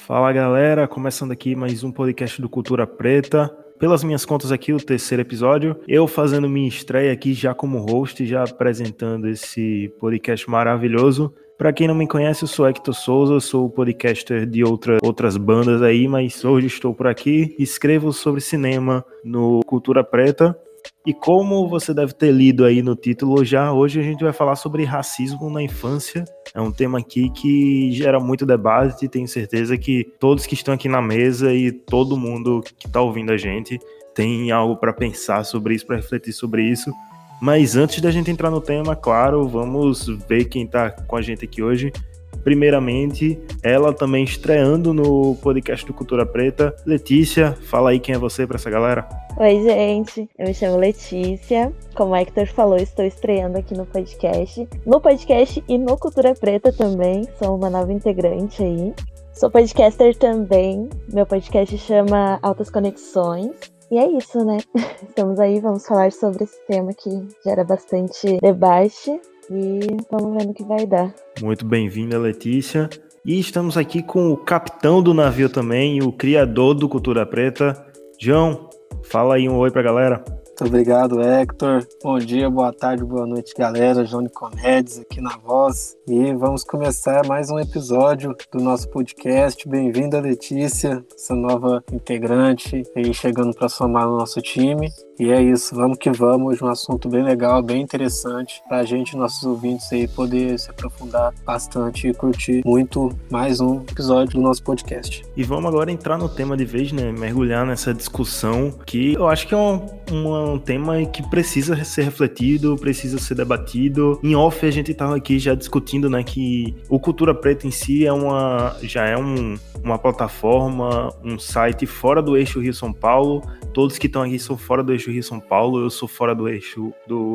Fala galera, começando aqui mais um podcast do Cultura Preta. Pelas minhas contas aqui, o terceiro episódio. Eu fazendo minha estreia aqui já como host, já apresentando esse podcast maravilhoso. Para quem não me conhece, eu sou Hector Souza, sou podcaster de outras bandas aí, mas hoje estou por aqui. Escrevo sobre cinema no Cultura Preta. E como você deve ter lido aí no título já, hoje a gente vai falar sobre racismo na infância. É um tema aqui que gera muito debate e tenho certeza que todos que estão aqui na mesa e todo mundo que está ouvindo a gente tem algo para pensar sobre isso, para refletir sobre isso. Mas antes da gente entrar no tema, claro, vamos ver quem está com a gente aqui hoje. Primeiramente, ela também estreando no podcast do Cultura Preta. Letícia, fala aí quem é você para essa galera. Oi, gente, eu me chamo Letícia. Como o Hector falou, estou estreando aqui no podcast e no Cultura Preta também. Sou uma nova integrante aí. Sou podcaster também. Meu podcast chama Altas Conexões. E é isso, né? Estamos aí, vamos falar sobre esse tema que gera bastante debate. E vamos ver no que vai dar. Muito bem-vinda, Letícia. E estamos aqui com o capitão do navio também, o criador do Cultura Preta, João. Fala aí um oi pra galera. Muito obrigado, Hector. Bom dia, boa tarde, boa noite, galera. João Nicomedes aqui na voz. E vamos começar mais um episódio do nosso podcast. Bem-vinda, Letícia, essa nova integrante aí chegando para somar no nosso time. E é isso, vamos que vamos. Hoje um assunto bem legal, bem interessante pra gente, nossos ouvintes aí, poder se aprofundar bastante e curtir muito mais um episódio do nosso podcast. E vamos agora entrar no tema de vez, né? Mergulhar nessa discussão que eu acho que é um tema que precisa ser refletido, precisa ser debatido. Em off a gente estava aqui já discutindo, né, que o Cultura Preta em si já é uma plataforma, um site fora do eixo Rio-São Paulo. Todos que estão aqui são fora do eixo Rio-São Paulo, eu sou fora do eixo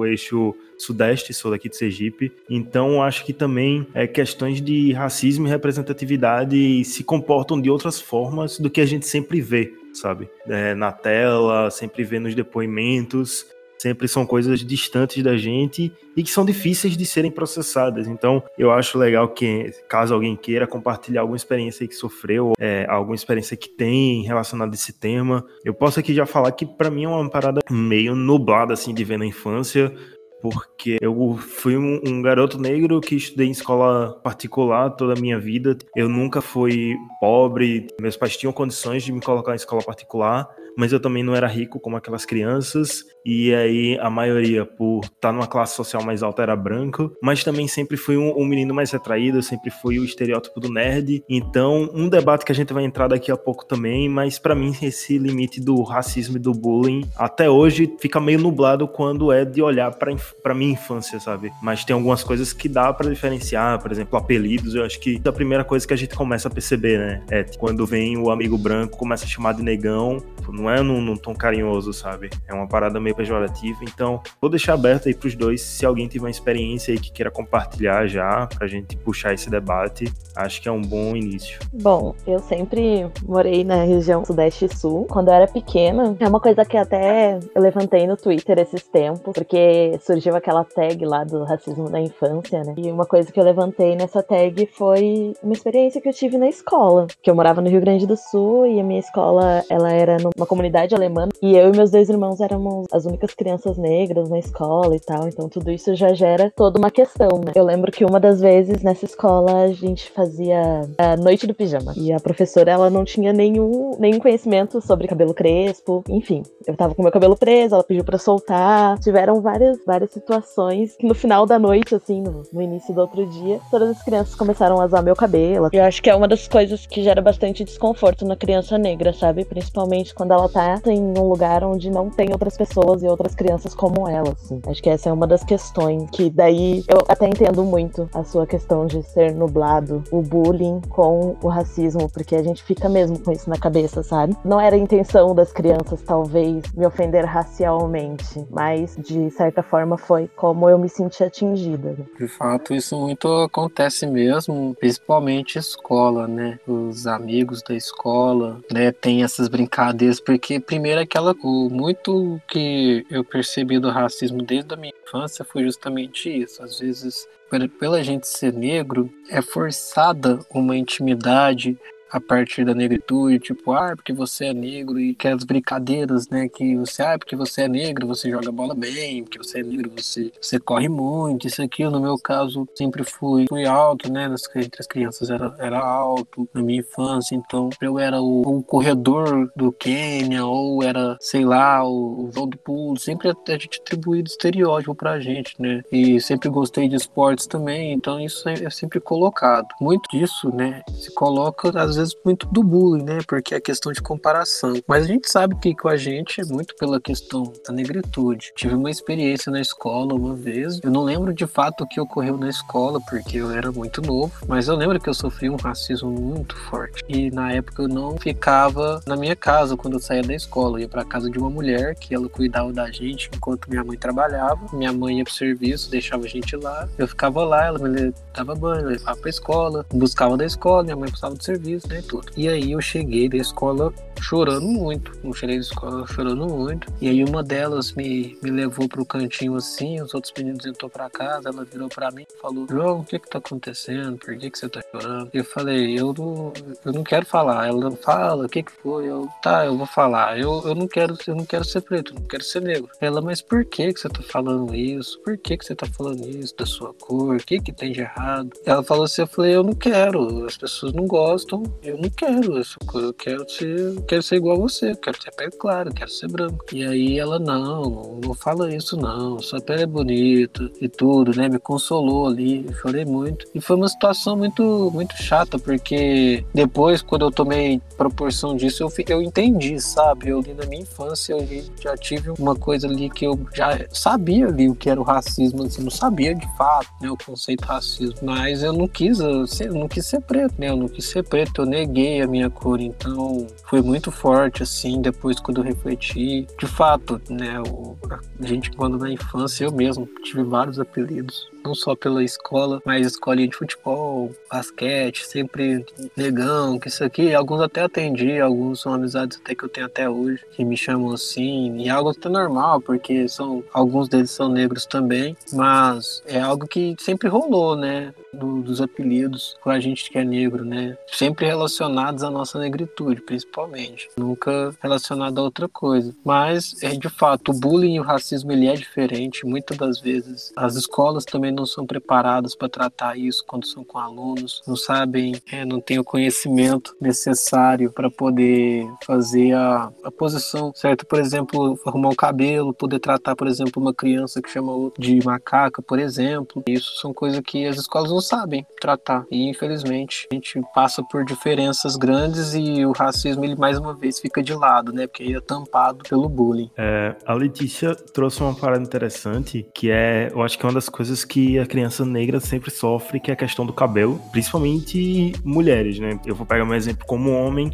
Sudeste, sou daqui de Sergipe. Então acho que também questões de racismo e representatividade se comportam de outras formas do que a gente sempre vê, sabe? Na tela, sempre vê nos depoimentos, sempre são coisas distantes da gente e que são difíceis de serem processadas. Então, eu acho legal que, caso alguém queira compartilhar alguma experiência que sofreu, alguma experiência que tem relacionada a esse tema, eu posso aqui já falar que para mim é uma parada meio nublada, assim, de ver na infância, porque eu fui um garoto negro que estudei em escola particular toda a minha vida. Eu nunca fui pobre, meus pais tinham condições de me colocar em escola particular, mas eu também não era rico como aquelas crianças, e aí a maioria, por estar numa classe social mais alta, era branco, mas também sempre fui um menino mais retraído, eu sempre fui o estereótipo do nerd. Então, um debate que a gente vai entrar daqui a pouco também, mas pra mim esse limite do racismo e do bullying, até hoje, fica meio nublado quando é de olhar pra minha infância, sabe? Mas tem algumas coisas que dá pra diferenciar, por exemplo, apelidos. Eu acho que a primeira coisa que a gente começa a perceber, né, é quando vem o amigo branco, começa a chamar de negão, não é num tom carinhoso, sabe? É uma parada meio pejorativa. Então, vou deixar aberto aí pros dois, se alguém tiver uma experiência aí que queira compartilhar já, pra gente puxar esse debate, acho que é um bom início. Bom, eu sempre morei na região Sudeste e Sul. Quando eu era pequena, é uma coisa que até eu levantei no Twitter esses tempos, porque surgiu aquela tag lá do racismo da infância, né? E uma coisa que eu levantei nessa tag foi uma experiência que eu tive na escola, que eu morava no Rio Grande do Sul e a minha escola, ela era numa comunidade alemã, e eu e meus dois irmãos éramos as únicas crianças negras na escola e tal, então tudo isso já gera toda uma questão, né? Eu lembro que uma das vezes nessa escola a gente fazia a noite do pijama, e a professora, ela não tinha nenhum conhecimento sobre cabelo crespo, enfim, eu tava com meu cabelo preso, ela pediu pra soltar, tiveram várias situações que no final da noite, assim, no início do outro dia, todas as crianças começaram a zoar meu cabelo. Eu acho que é uma das coisas que gera bastante desconforto na criança negra, sabe? Principalmente quando ela tá em um lugar onde não tem outras pessoas e outras crianças como ela, assim. Acho que essa é uma das questões que daí eu até entendo muito a sua questão de ser nublado o bullying com o racismo, porque a gente fica mesmo com isso na cabeça, sabe? Não era a intenção das crianças, talvez, me ofender racialmente, mas de certa forma foi como eu me senti atingida. De fato, isso muito acontece mesmo, principalmente escola, né? Os amigos da escola, né, tem essas brincadeiras, porque primeiro muito que eu percebi do racismo desde a minha infância foi justamente isso. Às vezes, pela gente ser negro, é forçada uma intimidade, a partir da negritude, tipo, porque você é negro, e aquelas brincadeiras, né, que você, porque você é negro, você joga bola bem, porque você é negro, você corre muito, isso aqui, no meu caso, sempre fui alto, né, entre as crianças era alto, na minha infância, então eu era o corredor do Quênia, ou era, sei lá, o João do Pulo, sempre a gente atribuído estereótipo pra gente, né, e sempre gostei de esportes também, então isso é sempre colocado. Muito disso, né, se coloca, às vezes, muito do bullying, né, porque é questão de comparação, mas a gente sabe que com a gente é muito pela questão da negritude. Tive uma experiência na escola uma vez, eu não lembro de fato o que ocorreu na escola, porque eu era muito novo, mas eu lembro que eu sofri um racismo muito forte, e na época eu não ficava na minha casa quando eu saía da escola, eu ia pra casa de uma mulher que ela cuidava da gente enquanto minha mãe trabalhava, minha mãe ia pro serviço, deixava a gente lá, eu ficava lá, ela me dava banho, levava pra escola, buscava da escola, minha mãe passava do serviço, né, tudo. E aí eu cheguei da escola chorando muito, e aí uma delas me levou pro cantinho assim, os outros meninos entrou pra casa, ela virou pra mim e falou: João, o que tá acontecendo? Por que você tá chorando? Eu falei, eu não quero falar. Ela fala, o que foi? Eu vou falar, eu não quero ser preto, não quero ser negro. Ela, mas por que você tá falando isso? Por que você tá falando isso da sua cor? O que tem de errado? Ela falou assim, eu falei, eu não quero, as pessoas não gostam, eu não quero essa coisa, eu quero ser igual a você, eu quero ter pele clara, eu quero ser branco. E aí ela, não fala isso não, sua pele é bonita e tudo, né, me consolou ali, eu chorei muito. E foi uma situação muito, muito chata, porque depois, quando eu tomei proporção disso, eu entendi, sabe, eu ali na minha infância, eu já tive uma coisa ali que eu já sabia ali o que era o racismo, assim, não sabia de fato, né, o conceito racismo, mas eu não quis ser preto, né, eu neguei a minha cor, então foi muito forte, assim, depois quando eu refleti, de fato, né, a gente quando na infância, eu mesmo tive vários apelidos, não só pela escola, mas escolinha de futebol, basquete, sempre negão, que isso aqui, alguns até atendi, alguns são amizades até que eu tenho até hoje, que me chamam assim, e é algo até normal, porque alguns deles são negros também, mas é algo que sempre rolou, né, dos apelidos com a gente que é negro, né, sempre relacionados à nossa negritude, principalmente, nunca relacionado a outra coisa, mas de fato, o bullying e o racismo, ele é diferente, muitas das vezes as escolas também não são preparadas para tratar isso quando são com alunos, não sabem, não têm o conhecimento necessário para poder fazer a posição certa, por exemplo, arrumar o cabelo, poder tratar, por exemplo, uma criança que chama outra de macaca, por exemplo. Isso são coisas que as escolas não sabem tratar e, infelizmente, a gente passa por diferenças grandes e o racismo, ele mais uma vez fica de lado, né, porque ele é tampado pelo bullying. A Letícia trouxe uma parada interessante, que eu acho que é uma das coisas que a criança negra sempre sofre, que é a questão do cabelo, principalmente mulheres, né? Eu vou pegar um exemplo como homem,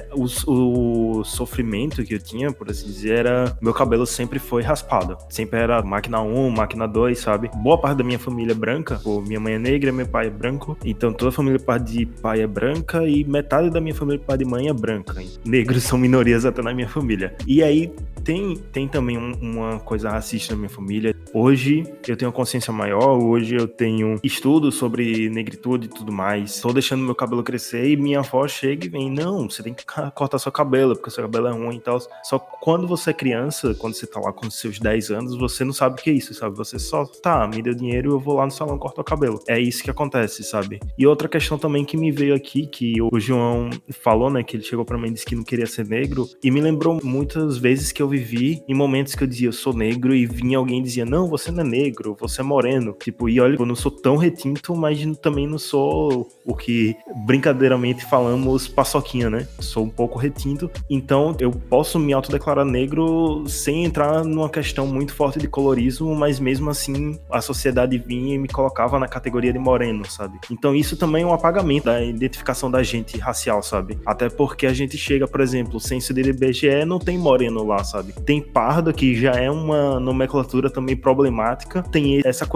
o sofrimento que eu tinha, por assim dizer, meu cabelo sempre foi raspado, sempre era máquina 1, máquina 2, sabe? Boa parte da minha família é branca, minha mãe é negra, meu pai é branco, então toda a família parte de pai é branca e metade da minha família parte de mãe é branca. Negros são minorias até na minha família. E aí tem também uma coisa racista na minha família. Hoje eu tenho consciência maior, hoje eu tenho estudos sobre negritude e tudo mais. Tô deixando meu cabelo crescer e minha avó chega e vem, não, você tem que cortar seu cabelo, porque seu cabelo é ruim e tal. Só que quando você é criança, quando você tá lá com seus 10 anos, você não sabe o que é isso, sabe? Você só, me deu dinheiro, eu vou lá no salão cortar o cabelo. É isso que acontece, sabe? E outra questão também que me veio aqui, que o João falou, né, que ele chegou pra mim e disse que não queria ser negro, e me lembrou muitas vezes que eu vivi em momentos que eu dizia, eu sou negro, e vinha alguém e dizia, não, você não é negro, você é moreno. Tipo, e olha, eu não sou tão retinto, mas também não sou o que brincadeiramente falamos paçoquinha, né? Sou um pouco retinto, então eu posso me autodeclarar negro sem entrar numa questão muito forte de colorismo, mas mesmo assim a sociedade vinha e me colocava na categoria de moreno, sabe? Então isso também é um apagamento da identificação da gente racial, sabe? Até porque a gente chega, por exemplo, o censo de IBGE não tem moreno lá, sabe? Tem pardo, que já é uma nomenclatura também problemática, tem essa coisa também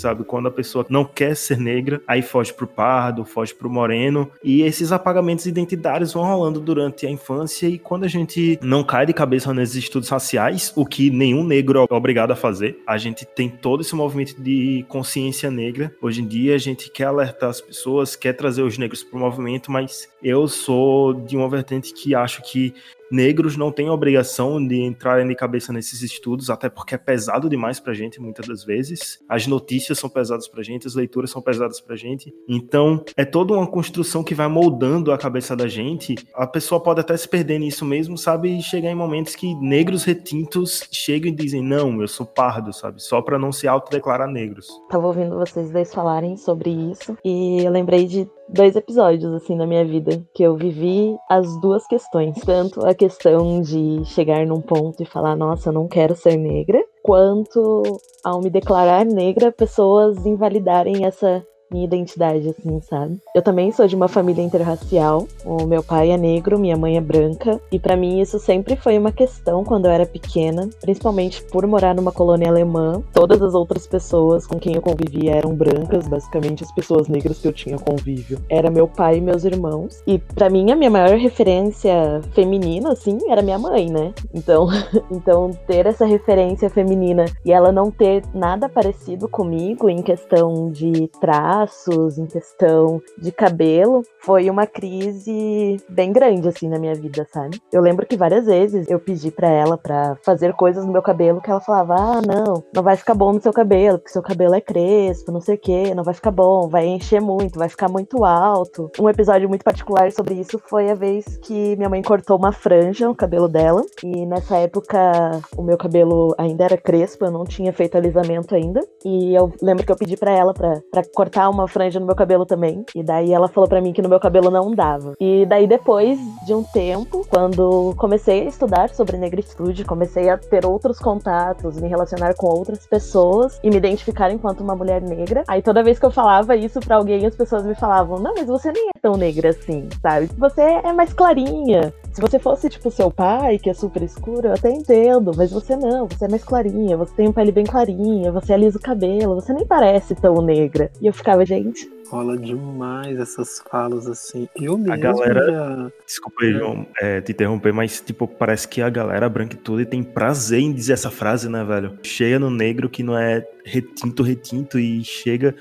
sabe? Quando a pessoa não quer ser negra, aí foge pro pardo, foge pro moreno, e esses apagamentos identitários vão rolando durante a infância, e quando a gente não cai de cabeça nesses estudos raciais, o que nenhum negro é obrigado a fazer, a gente tem todo esse movimento de consciência negra. Hoje em dia a gente quer alertar as pessoas, quer trazer os negros pro movimento, mas eu sou de uma vertente que acho que negros não têm obrigação de entrarem de cabeça nesses estudos, até porque é pesado demais pra gente, muitas das vezes. As notícias são pesadas pra gente, as leituras são pesadas pra gente. Então, é toda uma construção que vai moldando a cabeça da gente. A pessoa pode até se perder nisso mesmo, sabe? E chegar em momentos que negros retintos chegam e dizem, não, eu sou pardo, sabe? Só pra não se autodeclarar negros. Tava ouvindo vocês dois falarem sobre isso, e eu lembrei de 2 episódios, assim, na minha vida, que eu vivi as duas questões. Tanto a questão de chegar num ponto e falar, nossa, eu não quero ser negra, quanto ao me declarar negra, pessoas invalidarem essa minha identidade, assim, sabe? Eu também sou de uma família interracial. O meu pai é negro, minha mãe é branca. E pra mim isso sempre foi uma questão quando eu era pequena, principalmente por morar numa colônia alemã. Todas as outras pessoas com quem eu convivia eram brancas, basicamente as pessoas negras que eu tinha convívio. Era meu pai e meus irmãos. E pra mim a minha maior referência feminina, assim, era minha mãe, né? Então ter essa referência feminina e ela não ter nada parecido comigo em questão de traços, em questão de cabelo, foi uma crise bem grande, assim, na minha vida, sabe? Eu lembro que várias vezes eu pedi pra ela pra fazer coisas no meu cabelo que ela falava, não vai ficar bom no seu cabelo, porque seu cabelo é crespo, não sei o que, não vai ficar bom, vai encher muito, vai ficar muito alto. Um episódio muito particular sobre isso foi a vez que minha mãe cortou uma franja no cabelo dela, e nessa época o meu cabelo ainda era crespo, eu não tinha feito alisamento ainda, e eu lembro que eu pedi pra ela pra cortar uma franja no meu cabelo também, e daí ela falou pra mim que no meu cabelo não dava. E daí depois de um tempo, quando comecei a estudar sobre negritude, comecei a ter outros contatos, me relacionar com outras pessoas e me identificar enquanto uma mulher negra, aí toda vez que eu falava isso pra alguém, as pessoas me falavam, não, mas você nem é tão negra assim, sabe? Você é mais clarinha. Se você fosse, tipo, seu pai, que é super escuro, eu até entendo, mas você não, você é mais clarinha, você tem uma pele bem clarinha, você alisa o cabelo, você nem parece tão negra. E eu ficava, gente... Rola demais essas falas, assim. Eu mesmo A galera... já... Desculpa aí, João, te interromper, mas, tipo, parece que a galera branquitude tem prazer em dizer essa frase, né, velho? Chega no negro que não é retinto, e chega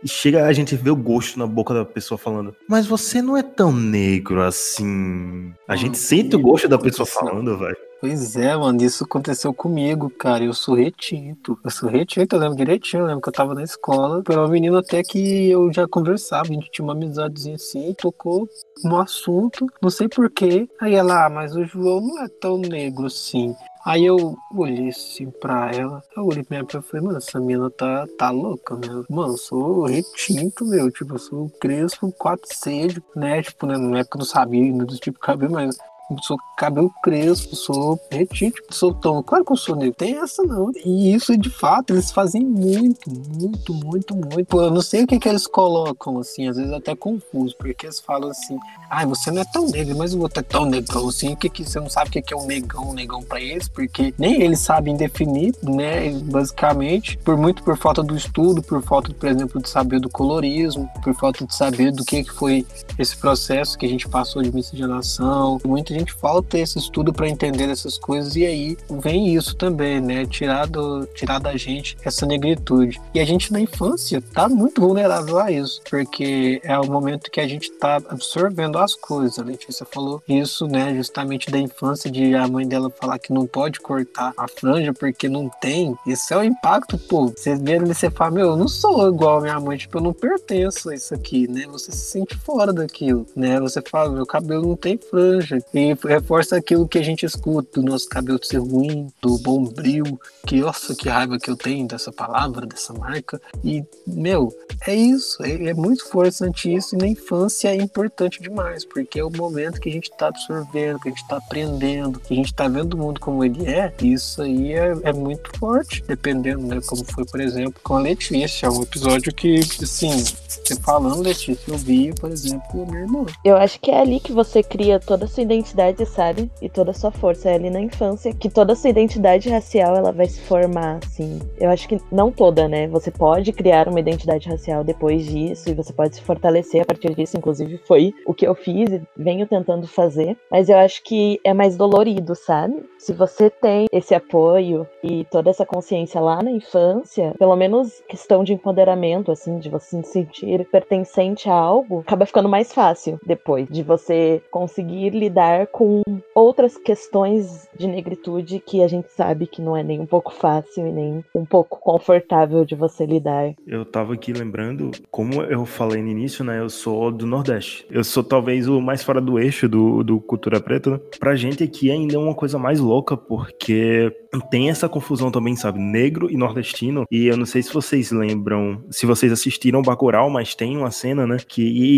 a gente vê o gosto na boca da pessoa falando, mas você não é tão negro assim. A gente sente o gosto da pessoa falando, velho. Pois é, mano, isso aconteceu comigo, cara. Eu sou retinto, eu lembro direitinho. Eu lembro que eu tava na escola, era uma menina até que eu já conversava, a gente tinha uma amizadezinha assim, tocou no assunto, não sei porquê. Aí ela, mas o João não é tão negro assim. Aí eu olhei assim pra ela, eu olhei pra minha e falei, mano, essa menina tá louca, né? Mano, eu sou retinto, meu, tipo, eu sou crespo, 4C, né? Tipo, né, na época eu não sabia do tipo de cabelo, mas eu sou cabelo crespo, sou retinto, sou tão... Claro que eu sou negro, tem essa não. E isso, de fato, eles fazem muito. Pô, eu não sei o que eles colocam, assim, às vezes até confuso, porque eles falam assim, você não é tão negro, mas o outro é tão negão, assim, que você não sabe o que é um negão pra eles, porque nem eles sabem definir, né, basicamente, por falta do estudo, por falta, por exemplo, de saber do colorismo, por falta de saber do que foi esse processo que a gente passou de miscigenação. Muita gente falta esse estudo para entender essas coisas, e aí vem isso também, né, tirar da gente essa negritude. E a gente na infância tá muito vulnerável a isso, porque é o momento que a gente tá absorvendo as coisas. A Letícia falou isso, né, justamente da infância, de a mãe dela falar que não pode cortar a franja porque não tem. Isso é o impacto, pô. Vocês viram e você fala, eu não sou igual a minha mãe, tipo, eu não pertenço a isso aqui, né? Você se sente fora daquilo, né? Você fala, meu cabelo não tem franja. E reforça aquilo que a gente escuta, do nosso cabelo ser ruim, do bombril, que, nossa, que raiva que eu tenho dessa palavra, dessa marca. E, é isso, é muito forçante isso, e na infância é importante demais, porque é o momento que a gente tá absorvendo, que a gente tá aprendendo, que a gente tá vendo o mundo como ele é, e isso aí é muito forte, dependendo, né, como foi, por exemplo, com a Letícia, um episódio que, assim, você falando, Letícia, eu vi, por exemplo, a minha irmã. Eu acho que é ali que você cria toda a sua identidade identidade, sabe? E toda a sua força. É ali na infância que toda a sua identidade racial, ela vai se formar, assim. Eu acho que não toda, né? Você pode criar uma identidade racial depois disso, e você pode se fortalecer a partir disso. Inclusive, foi o que eu fiz e venho tentando fazer. Mas eu acho que é mais dolorido, sabe? Se você tem esse apoio e toda essa consciência lá na infância, pelo menos questão de empoderamento, assim, de você se sentir pertencente a algo, acaba ficando mais fácil depois, de você conseguir lidar com outras questões de negritude que a gente sabe que não é nem um pouco fácil e nem um pouco confortável de você lidar. Eu tava aqui lembrando, como eu falei no início, né, eu sou do Nordeste. Eu sou talvez o mais fora do eixo do Cultura Preta, né? Pra gente aqui ainda é uma coisa mais louca, porque tem essa confusão também, sabe? Negro e nordestino. E eu não sei se vocês lembram, se vocês assistiram Bacurau, mas tem uma cena, né,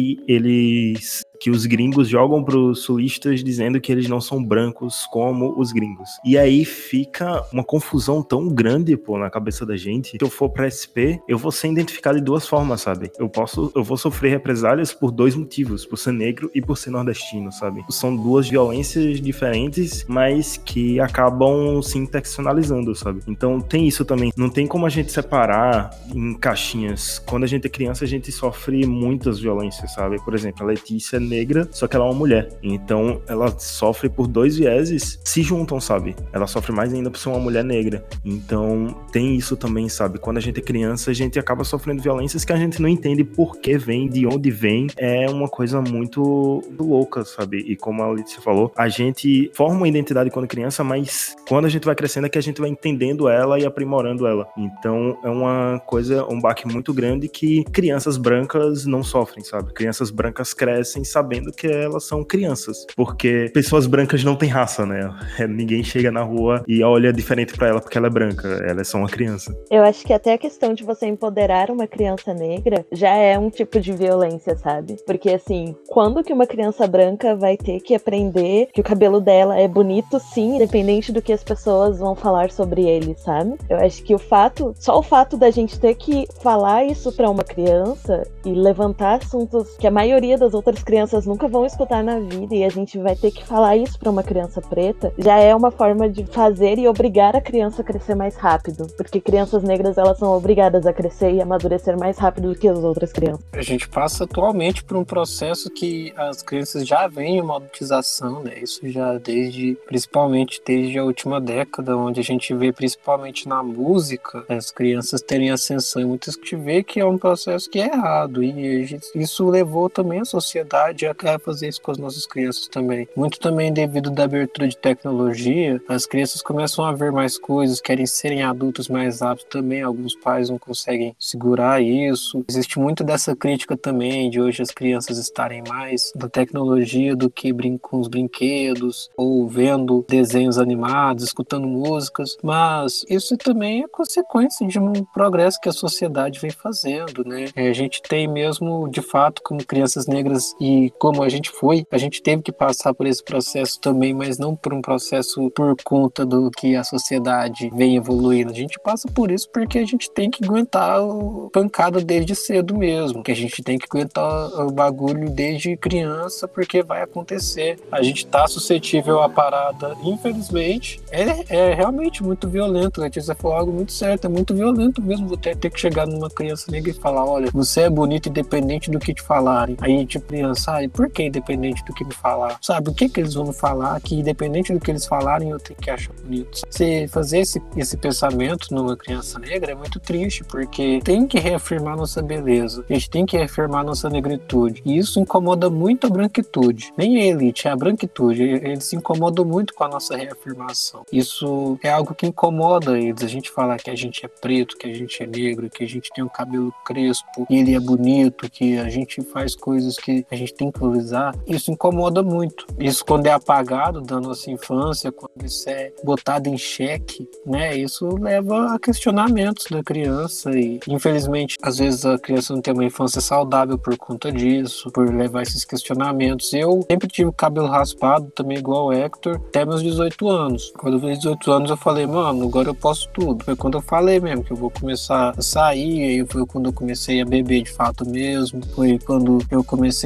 que os gringos jogam pros sulistas dizendo que eles não são brancos como os gringos. E aí fica uma confusão tão grande, pô, na cabeça da gente. Se eu for pra SP, eu vou ser identificado de duas formas, sabe? Eu vou sofrer represálias por dois motivos, por ser negro e por ser nordestino, sabe? São duas violências diferentes, mas que acabam se interseccionalizando, sabe? Então tem isso também. Não tem como a gente separar em caixinhas. Quando a gente é criança, a gente sofre muitas violências, sabe? Por exemplo, a Letícia é negra, só que ela é uma mulher. Então, ela sofre por dois vieses, se juntam, sabe? Ela sofre mais ainda por ser uma mulher negra. Então, tem isso também, sabe? Quando a gente é criança, a gente acaba sofrendo violências que a gente não entende por que vem, de onde vem. É uma coisa muito louca, sabe? E como a Letícia falou, a gente forma uma identidade quando criança, mas quando a gente vai crescendo é que a gente vai entendendo ela e aprimorando ela. Então, é uma coisa, um baque muito grande que crianças brancas não sofrem, sabe? Crianças brancas crescem sabendo que elas são crianças, porque pessoas brancas não têm raça, né? Ninguém chega na rua e olha diferente pra ela porque ela é branca, ela é só uma criança. Eu acho que até a questão de você empoderar uma criança negra já é um tipo de violência, sabe? Porque assim, quando que uma criança branca vai ter que aprender que o cabelo dela é bonito sim, independente do que as pessoas vão falar sobre ele, sabe? Eu acho que só o fato da gente ter que falar isso pra uma criança e levantar assuntos que a maioria das outras crianças nunca vão escutar na vida, e a gente vai ter que falar isso pra uma criança preta, já é uma forma de fazer e obrigar a criança a crescer mais rápido, porque crianças negras, elas são obrigadas a crescer e amadurecer mais rápido do que as outras crianças. A gente passa atualmente por um processo que as crianças já veem uma adultização, né? Isso já principalmente desde a última década, onde a gente vê principalmente na música as crianças terem ascensão, e muitas que vê que é um processo que é errado, e isso levou também a sociedade a fazer isso com as nossas crianças também. Muito também devido da abertura de tecnologia, as crianças começam a ver mais coisas, querem serem adultos mais rápido também, alguns pais não conseguem segurar isso. Existe muito dessa crítica também, de hoje as crianças estarem mais da tecnologia do que com os brinquedos, ou vendo desenhos animados, escutando músicas, mas isso também é consequência de um progresso que a sociedade vem fazendo, né? A gente tem mesmo, de fato, como crianças negras, e como a gente teve que passar por esse processo também, mas não por um processo por conta do que a sociedade vem evoluindo. A gente passa por isso porque a gente tem que aguentar a pancada desde cedo mesmo, que a gente tem que aguentar o bagulho desde criança, porque vai acontecer. A gente tá suscetível à parada, infelizmente. É realmente muito violento. A Letícia falou algo muito certo, é muito violento mesmo você ter que chegar numa criança negra e falar: olha, você é bonito independente do que te falarem. Aí, tipo, criança, por que independente do que me falar? Sabe, o que eles vão me falar? Que independente do que eles falarem, eu tenho que achar bonito. Você fazer esse pensamento numa criança negra é muito triste, porque tem que reafirmar nossa beleza. A gente tem que reafirmar nossa negritude. E isso incomoda muito a branquitude. Nem a elite, é a branquitude. Eles se incomodam muito com a nossa reafirmação. Isso é algo que incomoda eles. A gente falar que a gente é preto, que a gente é negro, que a gente tem um cabelo crespo, e ele é bonito, que a gente faz coisas que a gente tem que valorizar. Isso incomoda muito. Isso, quando é apagado da nossa infância, quando isso é botado em xeque, né? Isso leva a questionamentos da criança, e infelizmente às vezes a criança não tem uma infância saudável por conta disso, por levar esses questionamentos. Eu sempre tive o cabelo raspado, também igual o Hector, até meus 18 anos. Quando eu fiz 18 anos eu falei: mano, agora eu posso tudo. Foi quando eu falei mesmo que eu vou começar a sair, aí foi quando eu comecei a beber de fato mesmo, foi quando eu comecei a sair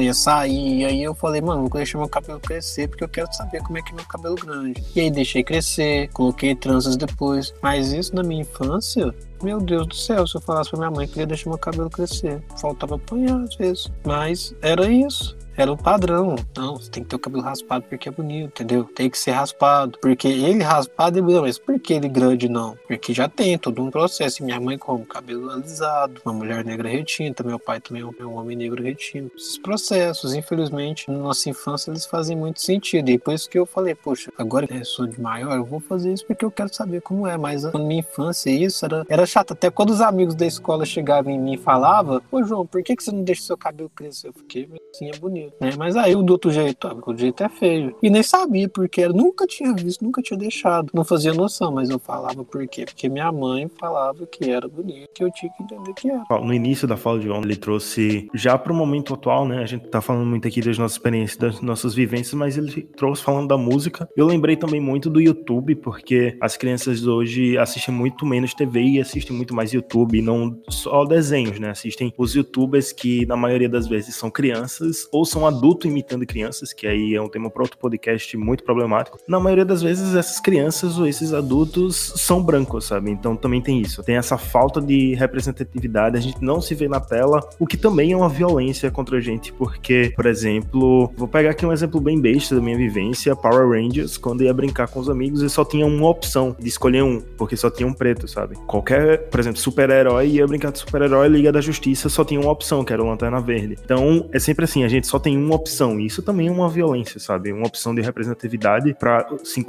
E aí eu falei, mano, vou deixar meu cabelo crescer porque eu quero saber como é que é meu cabelo grande. E aí deixei crescer, coloquei tranças depois. Mas isso na minha infância, meu Deus do céu, se eu falasse pra minha mãe que eu ia deixar meu cabelo crescer, faltava apanhar às vezes. Mas era isso. Era o padrão. Não, você tem que ter o cabelo raspado porque é bonito, entendeu? Tem que ser raspado. Porque ele raspado é bonito, mas por que ele grande não? Porque já tem todo um processo. E minha mãe como? Cabelo alisado, uma mulher negra retinta, meu pai também é um homem negro retinto. Esses processos, infelizmente, na nossa infância eles fazem muito sentido. E por isso que eu falei, poxa, agora que eu sou de maior, eu vou fazer isso porque eu quero saber como é. Mas na minha infância isso era chato. Até quando os amigos da escola chegavam em mim e falavam, pô João, por que você não deixa seu cabelo crescer? Eu fiquei assim, é bonito. Né? Mas aí o do outro jeito, o jeito é feio. E nem sabia porque eu nunca tinha visto, nunca tinha deixado. Não fazia noção, mas eu falava por quê? Porque minha mãe falava que era bonito, que eu tinha que entender que era. No início da fala de João, ele trouxe já para o momento atual, né? A gente tá falando muito aqui das nossas experiências, das nossas vivências, mas ele trouxe falando da música. Eu lembrei também muito do YouTube, porque as crianças hoje assistem muito menos TV e assistem muito mais YouTube, não só desenhos, né? Assistem os YouTubers que na maioria das vezes são crianças ou são adultos imitando crianças, que aí é um tema para outro podcast muito problemático. Na maioria das vezes essas crianças ou esses adultos são brancos, sabe? Então também tem isso. Tem essa falta de representatividade, a gente não se vê na tela, o que também é uma violência contra a gente, porque, por exemplo, vou pegar aqui um exemplo bem besta da minha vivência, Power Rangers, quando eu ia brincar com os amigos, eu só tinha uma opção de escolher um, porque só tinha um preto, sabe? Qualquer, por exemplo, super-herói, ia brincar de super-herói, Liga da Justiça, só tinha uma opção, que era o Lanterna Verde. Então, é sempre assim, a gente só tem uma opção, e isso também é uma violência, sabe? Uma opção de representatividade para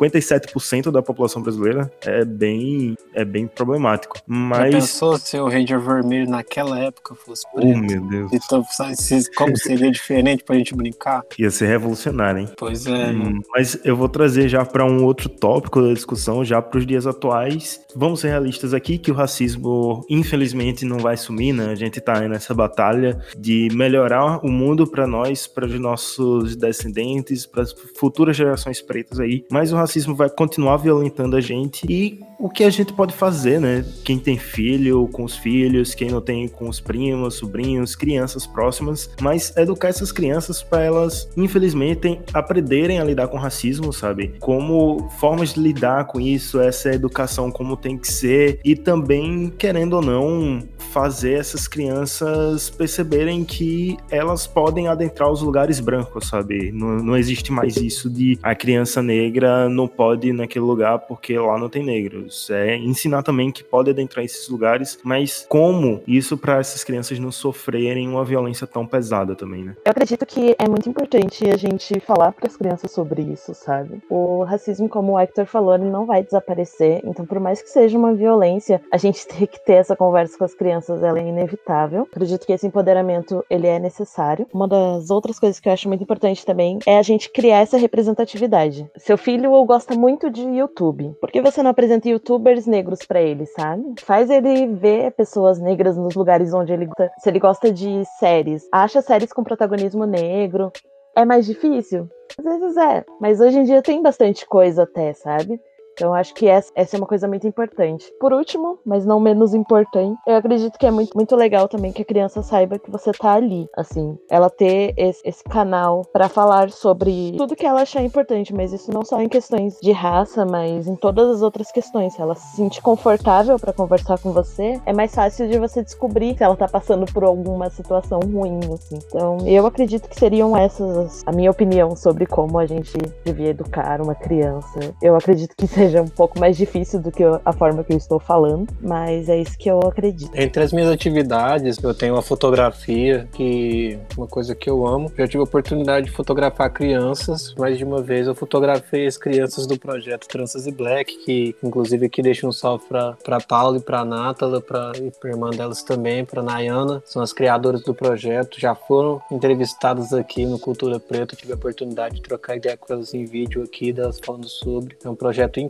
57% da população brasileira é bem problemático. Mas... Já pensou se o Ranger Vermelho naquela época fosse preto? Oh, meu Deus. Então, como seria diferente pra gente brincar? Ia ser revolucionário, hein? Pois é. Mas eu vou trazer já para um outro tópico da discussão, já para os dias atuais. Vamos ser realistas aqui, que o racismo, infelizmente, não vai sumir, né? A gente tá nessa batalha de melhorar o mundo para nós, para os nossos descendentes, para as futuras gerações pretas aí. Mas o racismo vai continuar violentando a gente e o que a gente pode fazer, né? Quem tem filho, com os filhos, quem não tem, com os primos, sobrinhos, crianças próximas, mas educar essas crianças para elas, infelizmente, aprenderem a lidar com racismo, sabe? Como formas de lidar com isso, essa educação como tem que ser e também, querendo ou não, fazer essas crianças perceberem que elas podem adentrar os lugares brancos, sabe? Não existe mais isso de a criança negra não pode ir naquele lugar porque lá não tem negros. É ensinar também que pode adentrar esses lugares, mas como isso para essas crianças não sofrerem uma violência tão pesada também, né? Eu acredito que é muito importante a gente falar para as crianças sobre isso, sabe? O racismo, como o Hector falou, ele não vai desaparecer, então por mais que seja uma violência, a gente tem que ter essa conversa com as crianças, ela é inevitável. Acredito que esse empoderamento, ele é necessário. Uma das outras coisas que eu acho muito importante também é a gente criar essa representatividade. Seu filho gosta muito de YouTube. Por que você não apresenta YouTubers negros pra ele, sabe? Faz ele ver pessoas negras nos lugares onde ele gosta. Se ele gosta de séries, acha séries com protagonismo negro. É mais difícil? Às vezes é, mas hoje em dia tem bastante coisa até, sabe? Então eu acho que essa é uma coisa muito importante. Por último, mas não menos importante, eu acredito que é muito, muito legal também que a criança saiba que você tá ali, assim. Ela ter esse canal pra falar sobre tudo que ela achar importante, mas isso não só em questões de raça, mas em todas as outras questões. Se ela se sentir confortável pra conversar com você, é mais fácil de você descobrir se ela tá passando por alguma situação ruim, assim. Então eu acredito que seriam essas a minha opinião sobre como a gente devia educar uma criança. Eu acredito que seja um pouco mais difícil do que a forma que eu estou falando, mas é isso que eu acredito. Entre as minhas atividades, eu tenho a fotografia, que é uma coisa que eu amo. Já tive a oportunidade de fotografar crianças, mais de uma vez eu fotografei as crianças do projeto Tranças e Black, que inclusive aqui deixo um salve pra Paula e pra Nátala, e pra irmã delas também, pra Nayana, são as criadoras do projeto, já foram entrevistadas aqui no Cultura Preta, tive a oportunidade de trocar ideia com elas em vídeo aqui, delas falando sobre. É um projeto incrível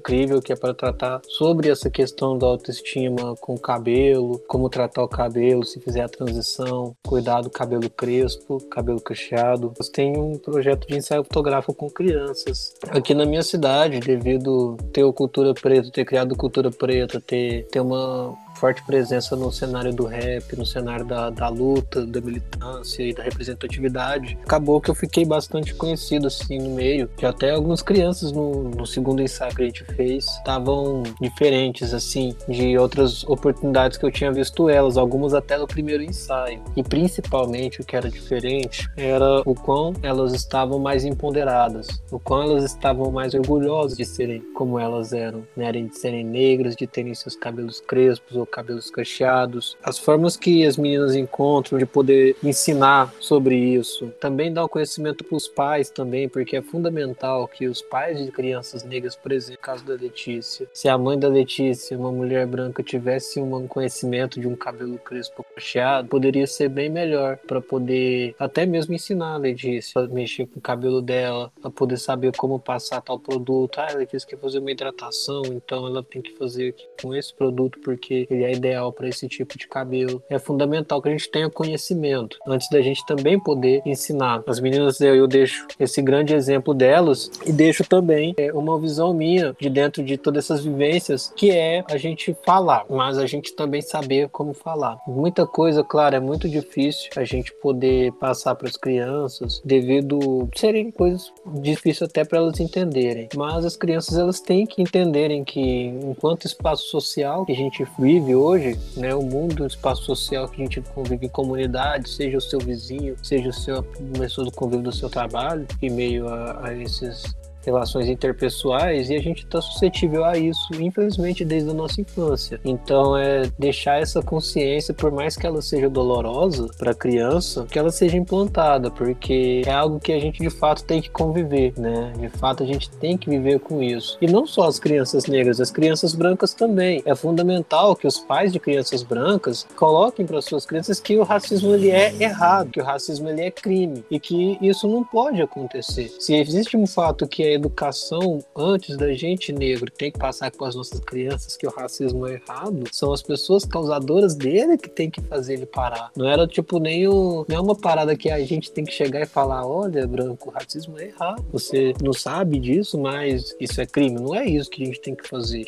incrível, que é para tratar sobre essa questão da autoestima com o cabelo, como tratar o cabelo, se fizer a transição, cuidar do cabelo crespo, cabelo cacheado. Eu tenho um projeto de ensaio fotográfico com crianças. Aqui na minha cidade, devido ter cultura preta, ter criado cultura preta, ter uma forte presença no cenário do rap, no cenário da luta, da militância e da representatividade, acabou que eu fiquei bastante conhecido assim no meio, que até algumas crianças no segundo ensaio que a gente fez estavam diferentes assim de outras oportunidades que eu tinha visto elas, algumas até no primeiro ensaio. E principalmente o que era diferente era o quão elas estavam mais empoderadas, o quão elas estavam mais orgulhosas de serem como elas eram, né? De serem negras, de terem seus cabelos crespos ou cabelos cacheados. As formas que as meninas encontram de poder ensinar sobre isso. Também dar o conhecimento para os pais também, porque é fundamental que os pais de crianças negras, por exemplo, no caso da Letícia, se a mãe da Letícia, uma mulher branca, tivesse um conhecimento de um cabelo crespo cacheado, poderia ser bem melhor para poder até mesmo ensinar a Letícia a mexer com o cabelo dela, a poder saber como passar tal produto. A Letícia quer fazer uma hidratação, então ela tem que fazer com esse produto porque ele é ideal para esse tipo de cabelo. É fundamental que a gente tenha conhecimento antes da gente também poder ensinar. As meninas, eu deixo esse grande exemplo delas e deixo também uma visão minha de dentro de todas essas vivências, que é a gente falar, mas a gente também saber como falar. Muita coisa, claro, é muito difícil a gente poder passar para as crianças devido serem coisas difíceis até para elas entenderem, mas as crianças elas têm que entenderem que enquanto espaço social que a gente vive hoje, né, o mundo, o espaço social que a gente convive em comunidade, seja o seu vizinho, seja a pessoa do convívio do seu trabalho, em meio a esses relações interpessoais, e a gente está suscetível a isso, infelizmente, desde a nossa infância. Então, é deixar essa consciência, por mais que ela seja dolorosa para a criança, que ela seja implantada, porque é algo que a gente, de fato, tem que conviver, né? De fato, a gente tem que viver com isso. E não só as crianças negras, as crianças brancas também. É fundamental que os pais de crianças brancas coloquem para suas crianças que o racismo ele é errado, que o racismo ele é crime, e que isso não pode acontecer. Se existe um fato que é educação antes da gente negro tem que passar com as nossas crianças que o racismo é errado, são as pessoas causadoras dele que tem que fazer ele parar. Não era tipo não é uma parada que a gente tem que chegar e falar, olha, branco, o racismo é errado, você não sabe disso, mas isso é crime. Não é isso que a gente tem que fazer.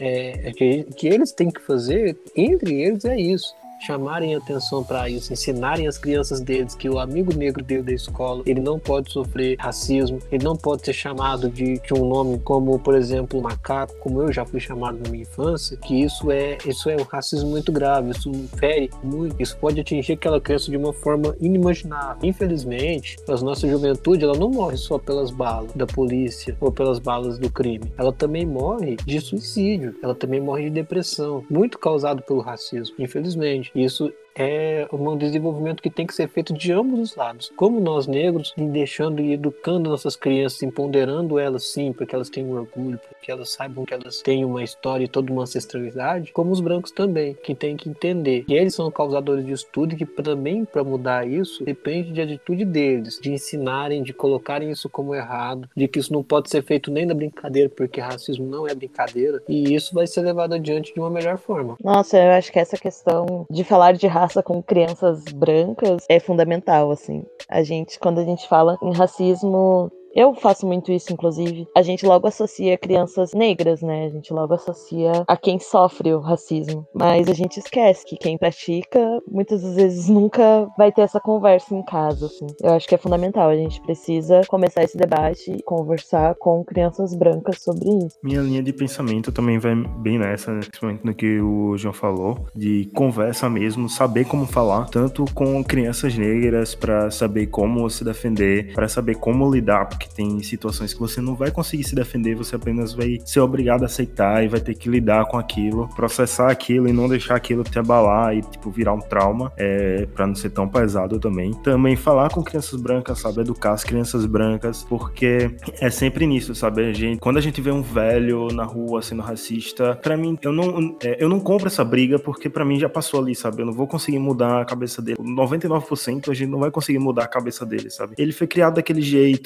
Que eles têm que fazer, entre eles, é isso. Chamarem atenção para isso, ensinarem as crianças deles que o amigo negro dele da escola, ele não pode sofrer racismo, ele não pode ser chamado de um nome como, por exemplo, macaco, como eu já fui chamado na minha infância, que isso é um racismo muito grave, isso fere muito, isso pode atingir aquela criança de uma forma inimaginável. Infelizmente, a nossa juventude, ela não morre só pelas balas da polícia ou pelas balas do crime, ela também morre de suicídio, ela também morre de depressão, muito causado pelo racismo, infelizmente. Isso é um desenvolvimento que tem que ser feito de ambos os lados. Como nós negros, deixando e educando nossas crianças, empoderando elas sim, para que elas tenham orgulho, para que elas saibam que elas têm uma história e toda uma ancestralidade, como os brancos também, que têm que entender que eles são causadores disso tudo e que também para mudar isso depende de atitude deles, de ensinarem, de colocarem isso como errado, de que isso não pode ser feito nem na brincadeira, porque racismo não é brincadeira, e isso vai ser levado adiante de uma melhor forma. Nossa, eu acho que essa questão de falar de raça com crianças brancas é fundamental, assim. Quando a gente fala em racismo, eu faço muito isso, inclusive. A gente logo associa crianças negras, né? A gente logo associa a quem sofre o racismo. Mas a gente esquece que quem pratica, muitas vezes nunca vai ter essa conversa em casa, assim. Eu acho que é fundamental. A gente precisa começar esse debate e conversar com crianças brancas sobre isso. Minha linha de pensamento também vai bem nessa, né? Principalmente no que o João falou, de conversa mesmo, saber como falar, tanto com crianças negras, para saber como se defender, para saber como lidar, porque tem situações que você não vai conseguir se defender, você apenas vai ser obrigado a aceitar e vai ter que lidar com aquilo, processar aquilo e não deixar aquilo te abalar e, tipo, virar um trauma, pra não ser tão pesado também. Também falar com crianças brancas, sabe? Educar as crianças brancas, porque é sempre nisso, sabe? Quando a gente vê um velho na rua sendo racista, pra mim, eu não compro essa briga, porque pra mim já passou ali, sabe? Eu não vou conseguir mudar a cabeça dele. 99% a gente não vai conseguir mudar a cabeça dele, sabe? Ele foi criado daquele jeito, é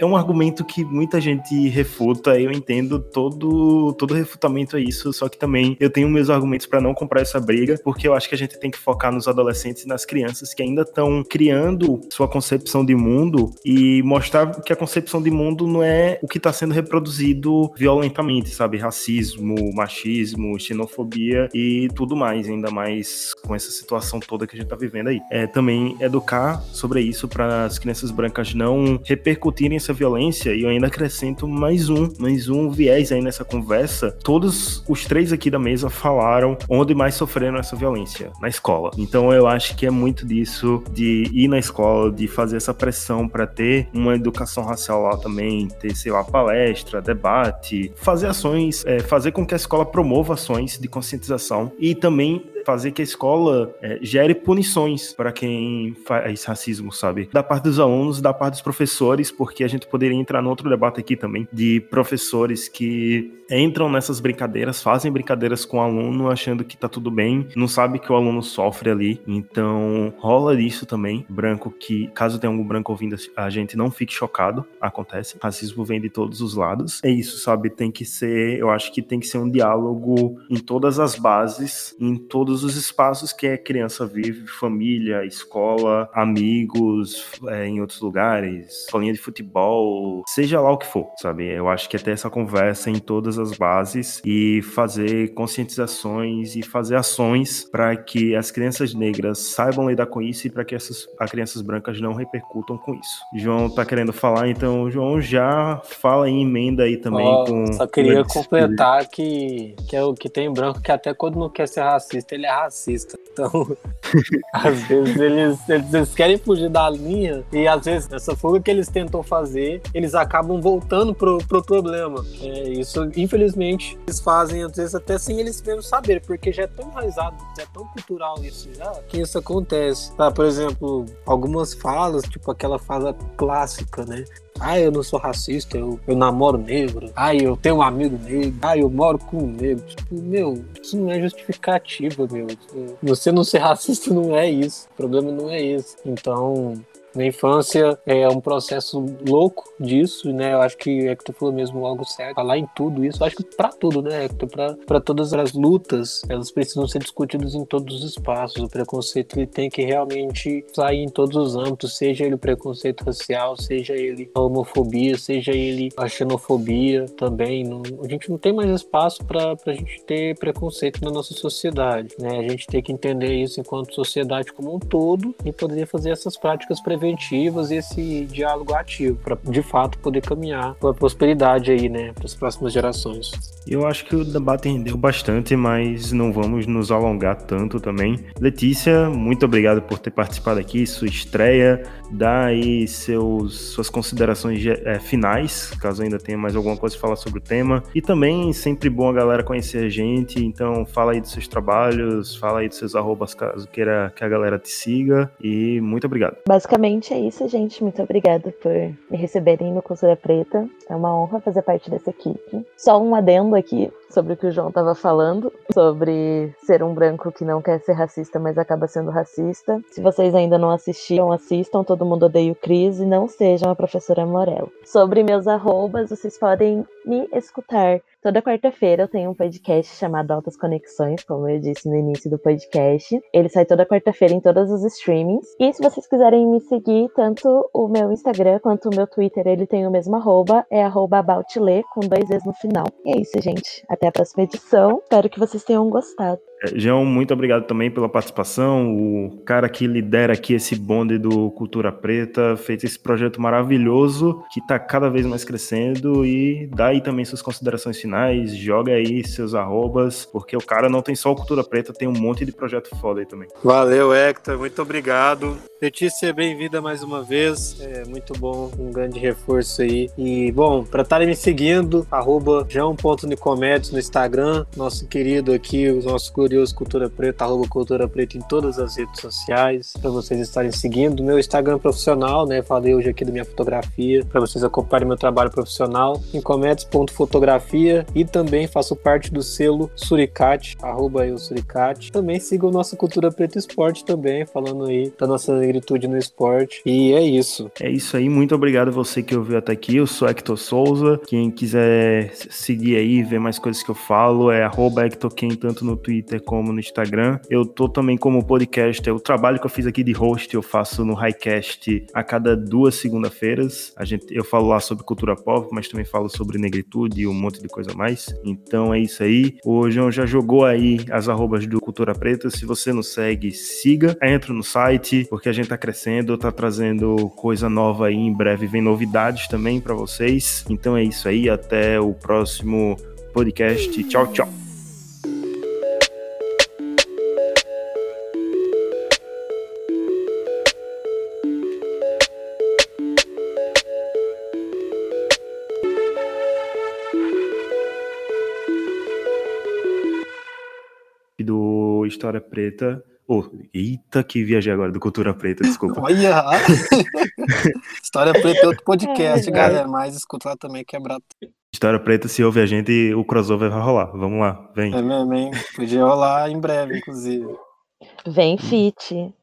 é um argumento que muita gente refuta, eu entendo todo refutamento a isso, só que também eu tenho meus argumentos para não comprar essa briga, porque eu acho que a gente tem que focar nos adolescentes e nas crianças que ainda estão criando sua concepção de mundo e mostrar que a concepção de mundo não é o que está sendo reproduzido violentamente, sabe? Racismo, machismo, xenofobia e tudo mais, ainda mais com essa situação toda que a gente tá vivendo aí. Também educar sobre isso para as crianças brancas não repercutirem essa violência, e eu ainda acrescento mais um viés aí nessa conversa. Todos os três aqui da mesa falaram onde mais sofreram essa violência, na escola. Então eu acho que é muito disso, de ir na escola, de fazer essa pressão para ter uma educação racial lá também, ter, sei lá, palestra, debate, fazer ações, fazer com que a escola promova ações de conscientização e também fazer que a escola gere punições para quem faz racismo, sabe? Da parte dos alunos, da parte dos professores, porque a gente poderia entrar no outro debate aqui também, de professores que entram nessas brincadeiras, fazem brincadeiras com o aluno achando que tá tudo bem, não sabe que o aluno sofre ali, então rola isso também, branco, que caso tenha algum branco ouvindo a gente, não fique chocado, acontece, racismo vem de todos os lados, é isso, sabe? Tem que ser, eu acho que tem que ser um diálogo em todas as bases, em todos os espaços que a criança vive, família, escola, amigos, em outros lugares, escolinha de futebol, seja lá o que for, sabe? Eu acho que é ter essa conversa em todas as bases e fazer conscientizações e fazer ações para que as crianças negras saibam lidar com isso e para que as crianças brancas não repercutam com isso. João tá querendo falar, então João já fala em emenda aí também. Só queria completar que é o que tem branco que até quando não quer ser racista, ele é racista. Então, às vezes eles querem fugir da linha e às vezes nessa fuga que eles tentam fazer, eles acabam voltando pro problema. Isso, infelizmente, eles fazem às vezes até sem eles mesmos saberem, porque já é tão enraizado, já é tão cultural isso já, que isso acontece. Por exemplo, algumas falas, tipo aquela fala clássica, né? Eu não sou racista, eu namoro negro. Eu tenho um amigo negro. Eu moro com um negro. Tipo, isso não é justificativa, Você não ser racista não é isso. O problema não é isso. Então, na infância é um processo louco disso, né? Eu acho que Hector falou mesmo algo certo. Falar em tudo isso, eu acho que pra tudo, né, Hector? Pra todas as lutas, elas precisam ser discutidas em todos os espaços. O preconceito, ele tem que realmente sair em todos os âmbitos, seja ele o preconceito racial, seja ele a homofobia, seja ele a xenofobia também. A gente não tem mais espaço pra gente ter preconceito na nossa sociedade, né? A gente tem que entender isso enquanto sociedade como um todo e poder fazer essas práticas preventivas e esse diálogo ativo para de fato poder caminhar para a prosperidade aí, né, para as próximas gerações. Eu acho que o debate rendeu bastante, mas não vamos nos alongar tanto também. Letícia, muito obrigado por ter participado aqui, sua estreia, dá aí suas considerações finais, caso ainda tenha mais alguma coisa a falar sobre o tema, e também sempre bom a galera conhecer a gente, então fala aí dos seus trabalhos, fala aí dos seus arrobas, caso queira que a galera te siga, e muito obrigado. Basicamente é isso, gente. Muito obrigada por me receberem no Cultura Preta. É uma honra fazer parte dessa equipe. Só um adendo aqui sobre o que o João estava falando, sobre ser um branco que não quer ser racista, mas acaba sendo racista. Se vocês ainda não assistiram, assistam Todo Mundo Odeia o Chris e não sejam a professora Morello. Sobre meus arrobas, vocês podem me escutar. Toda quarta-feira eu tenho um podcast chamado Altas Conexões, como eu disse no início do podcast. Ele sai toda quarta-feira em todos os streamings. E se vocês quiserem me seguir, tanto o meu Instagram quanto o meu Twitter, ele tem o mesmo arroba, é @aboutle, com 2 Es no final. E é isso, gente. Até a próxima edição. Espero que vocês tenham gostado. João, muito obrigado também pela participação, o cara que lidera aqui esse bonde do Cultura Preta, fez esse projeto maravilhoso, que está cada vez mais crescendo, e dá aí também suas considerações finais, joga aí seus arrobas, porque o cara não tem só o Cultura Preta, tem um monte de projeto foda aí também. Valeu, Hector, muito obrigado. Letícia, bem-vinda mais uma vez, é muito bom, um grande reforço aí. E, bom, para estarem me seguindo, @joão.nicomedes no Instagram, nosso querido aqui, o nosso glorioso Deus Cultura Preta, @Cultura Preta em todas as redes sociais, para vocês estarem seguindo. Meu Instagram profissional, né? Falei hoje aqui da minha fotografia, para vocês acompanharem meu trabalho profissional, incomedes.fotografia, e também faço parte do selo Suricate, @eusuricate. Também siga o nosso Cultura Preta Esporte também, falando aí da nossa negritude no esporte. E é isso. É isso aí, muito obrigado a você que ouviu até aqui. Eu sou Hector Souza. Quem quiser seguir aí, ver mais coisas que eu falo, é @HectorKen, tanto no Twitter como no Instagram. Eu tô também como podcaster. O trabalho que eu fiz aqui de host, eu faço no Highcast a cada 2 segunda-feiras. Eu falo lá sobre cultura pop, mas também falo sobre negritude e um monte de coisa mais. Então é isso aí. O João já jogou aí as arrobas do Cultura Preta. Se você não segue, siga. Entra no site, porque a gente tá crescendo, tá trazendo coisa nova aí. Em breve vem novidades também pra vocês. Então é isso aí. Até o próximo podcast. Tchau, tchau. Do História Preta. Eita, que viajei agora, do Cultura Preta, desculpa. Olha! História Preta é outro podcast, galera, mas escuta lá também, quebrar. História Preta, se ouve a gente, o crossover vai rolar. Vamos lá, vem. É mesmo, hein? Podia rolar em breve, inclusive. Vem, fit.